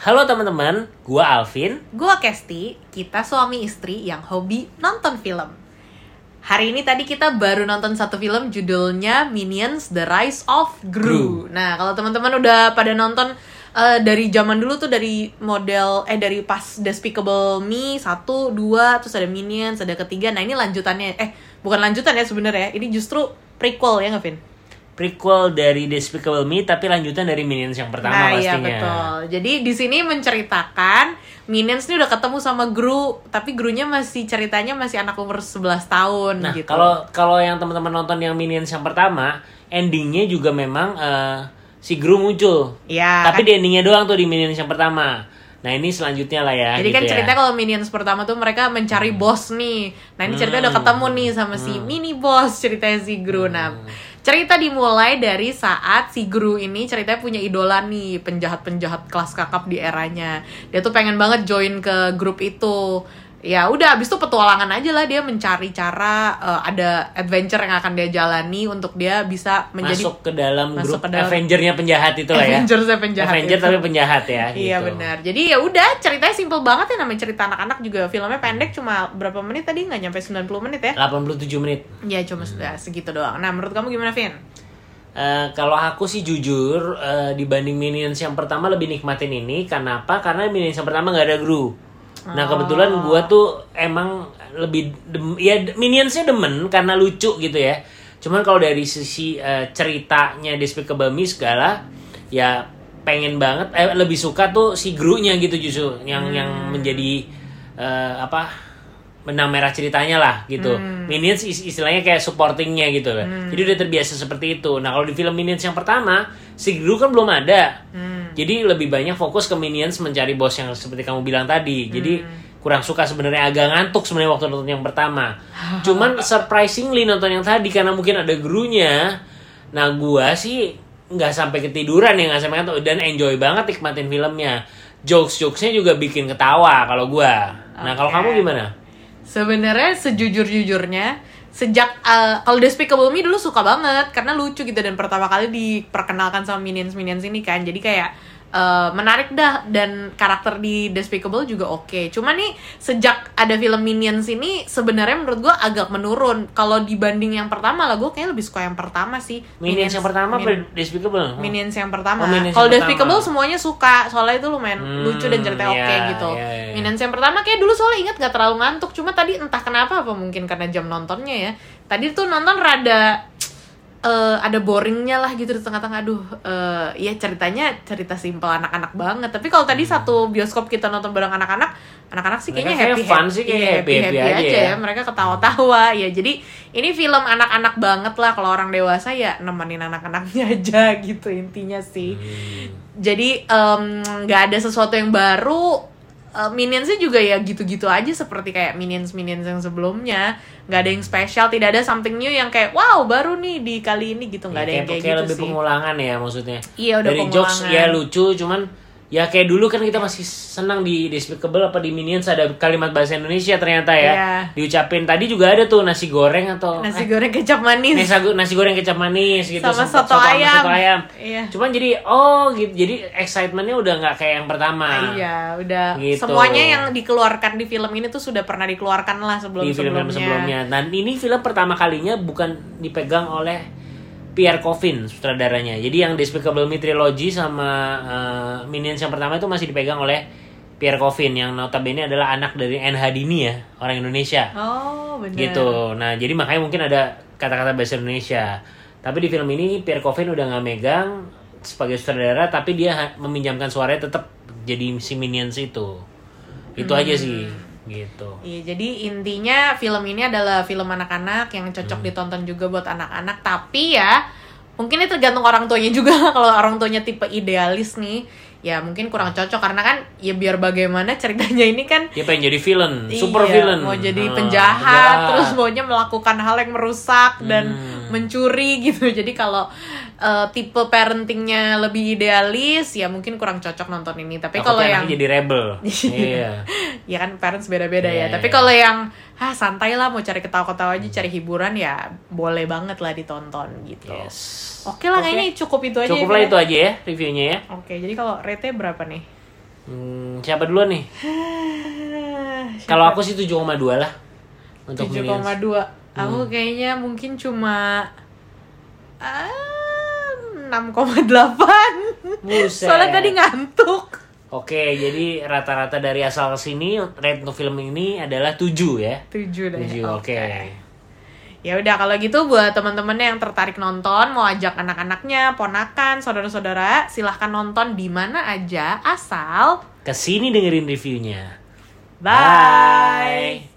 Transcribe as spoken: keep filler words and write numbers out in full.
Halo teman-teman, gua Alvin. Gua Kesti, kita suami istri yang hobi nonton film. Hari ini tadi kita baru nonton satu film judulnya Minions: The Rise of Gru. Gru. Nah, kalau teman-teman udah pada nonton uh, dari zaman dulu tuh, dari model eh dari pas Despicable Me satu, dua, terus ada Minions, ada ketiga. Nah, ini lanjutannya. Eh, bukan lanjutan ya sebenarnya. Ini justru prequel ya, nggak, Vin? Prequel dari Despicable Me tapi lanjutan dari Minions yang pertama nah, pastinya. Nah, iya betul. Jadi di sini menceritakan Minions ini udah ketemu sama Gru, tapi Grunya masih ceritanya masih anak umur sebelas tahun nah, gitu. Nah, kalau kalau yang teman-teman nonton yang Minions yang pertama, endingnya juga memang uh, si Gru muncul. Iya. Tapi kan di endingnya doang tuh di Minions yang pertama. Nah, ini selanjutnya lah ya. Jadi gitu kan ceritanya ya. kalau Minions pertama tuh mereka mencari hmm. bos nih. Nah, ini ceritanya hmm. udah ketemu nih sama si hmm. mini boss, ceritanya si Gru. Hmm. Nah, cerita dimulai dari saat si Gru ini ceritanya punya idola nih, penjahat-penjahat kelas kakap di eranya. Dia tuh pengen banget join ke grup itu. Ya udah, abis itu petualangan aja lah, dia mencari cara, uh, ada adventure yang akan dia jalani untuk dia bisa menjadi masuk ke dalam masuk grup ke dalam, Avenger-nya penjahat itu lah ya. Avengers-nya penjahat. Avenger itu. tapi penjahat ya. Iya gitu. benar. Jadi ya udah, ceritanya simple banget ya, namanya cerita anak-anak juga. Filmnya pendek, cuma berapa menit tadi, nggak nyampe sembilan puluh menit ya? delapan puluh tujuh menit. Ya cuma hmm. segitu doang. Nah, menurut kamu gimana, Vin? Uh, kalau aku sih jujur uh, dibanding Minions yang pertama lebih nikmatin ini. Kenapa? Karena Minions yang pertama nggak ada Gru. Nah, kebetulan gue tuh emang lebih dem- ya Minions-nya demen karena lucu gitu ya. Cuman kalau dari sisi uh, ceritanya Despicable Me segala, ya pengen banget eh, lebih suka tuh si Gru-nya gitu justru yang hmm. yang menjadi uh, apa benang merah ceritanya lah gitu. Hmm. Minions istilahnya kayak supportingnya gitu lah. Hmm. Jadi udah terbiasa seperti itu. Nah, kalau di film Minions yang pertama si Gru kan belum ada. Hmm. Jadi lebih banyak fokus ke Minions mencari bos yang seperti kamu bilang tadi. Jadi hmm. kurang suka sebenarnya, agak ngantuk sebenarnya waktu nonton yang pertama. Cuman surprisingly nonton yang tadi karena mungkin ada Gru-nya. Nah, gua sih nggak sampai ketiduran ya, nggak sampai ngantuk dan enjoy banget nikmatin filmnya. Jokes-jokesnya juga bikin ketawa kalau gua. Nah, okay. Kalau kamu gimana? Sebenarnya sejujur-jujurnya sejak uh, kalau Despicable Me dulu suka banget karena lucu gitu, dan pertama kali diperkenalkan sama Minions-Minions ini kan, jadi kayak uh, menarik dah, dan karakter di Despicable juga oke. Okay. Cuma nih sejak ada film Minions ini sebenarnya menurut gue agak menurun. Kalau dibanding yang pertama lah, gue kayaknya lebih suka yang pertama sih. Minions, Minions yang pertama apa Despicable? Minions yang pertama. Oh, kalau Despicable semuanya suka, soalnya itu lumayan hmm, lucu dan ceritanya yeah, oke okay, gitu. Yeah, yeah. Minions yang pertama kayak dulu soalnya ingat gak terlalu ngantuk. Cuma tadi entah kenapa, apa mungkin karena jam nontonnya ya. Tadi tuh nonton rada uh, ada boringnya lah gitu di tengah-tengah. Aduh, uh, ya ceritanya cerita simpel anak-anak banget. Tapi kalau tadi hmm. satu bioskop kita nonton bareng anak-anak, anak-anak sih kayaknya happy fun sih, kayak happy, happy, happy aja, aja ya. Mereka ketawa-tawa ya. Jadi ini film anak-anak banget lah. Kalau orang dewasa ya nemenin anak-anaknya aja gitu intinya sih. Hmm. Jadi nggak um, ada sesuatu yang baru. Uh, Minions-nya juga ya gitu-gitu aja seperti kayak Minions-Minions yang sebelumnya. Nggak ada yang spesial, tidak ada something new yang kayak wow baru nih di kali ini gitu. Nggak ya, ada yang kayak, kayak gitu lebih sih. Pengulangan ya maksudnya. Iya, udah dari pengulangan. Jokes ya lucu, cuman ya kayak dulu kan kita masih senang di Despicable apa di Minions ada kalimat bahasa Indonesia ternyata ya. Yeah. Diucapin tadi juga ada tuh nasi goreng atau nasi eh, goreng kecap manis. Nasi, nasi goreng kecap manis gitu sama soto, soto, soto ayam. Soto ayam. Iya. Cuman jadi oh gitu. Jadi excitementnya udah nggak kayak yang pertama. Iya, udah gitu. Semuanya yang dikeluarkan di film ini tuh sudah pernah dikeluarkan lah sebelum-sebelumnya. Di film-film sebelumnya. Dan ini film pertama kalinya bukan dipegang oleh Pierre Coffin sutradaranya. Jadi yang Despicable Me Trilogy sama uh, Minions yang pertama itu masih dipegang oleh Pierre Coffin yang notabene adalah anak dari N. Hadini ya, orang Indonesia. Oh, benar. Gitu. Nah, jadi makanya mungkin ada kata-kata bahasa Indonesia. Tapi di film ini Pierre Coffin udah nggak megang sebagai sutradara, tapi dia meminjamkan suaranya tetap jadi si Minions itu. Itu hmm. aja sih. Gitu. Iya, jadi intinya film ini adalah film anak-anak yang cocok hmm. ditonton juga buat anak-anak. Tapi ya mungkin ini tergantung orang tuanya juga. Kalau orang tuanya tipe idealis nih, ya mungkin kurang cocok karena kan ya biar bagaimana ceritanya ini kan dia pengen jadi villain, super iya, villain. Mau jadi hmm, penjahat, penjahat, terus maunya melakukan hal yang merusak dan hmm. mencuri gitu. Jadi kalau uh, tipe parentingnya lebih idealis ya mungkin kurang cocok nonton ini. Tapi kalau yang jadi rebel. Iya. Ya kan parents beda-beda yeah, ya. Tapi yeah. kalau yang ah santai lah mau cari ketawa-ketawa aja, cari hiburan ya boleh banget lah ditonton gitu. Yes. Oke lah, okay. kayaknya cukup itu aja. Cukup ya, lah itu aja ya reviewnya ya. Oke, jadi kalau rate-nya berapa nih? Hmm, siapa duluan nih? Kalau aku sih tujuh koma dua lah untuk tujuh Minions. koma dua. Aku kayaknya mungkin cuma ah, enam koma delapan. Buset. Soalnya tadi ngantuk. Oke, jadi rata-rata dari asal kesini rate untuk film ini adalah tujuh ya. tujuh deh. tujuh, oke. Ya udah kalau gitu buat teman-teman yang tertarik nonton, mau ajak anak-anaknya, ponakan, saudara-saudara, silahkan nonton di mana aja asal Kesini dengerin reviewnya. bye. Bye.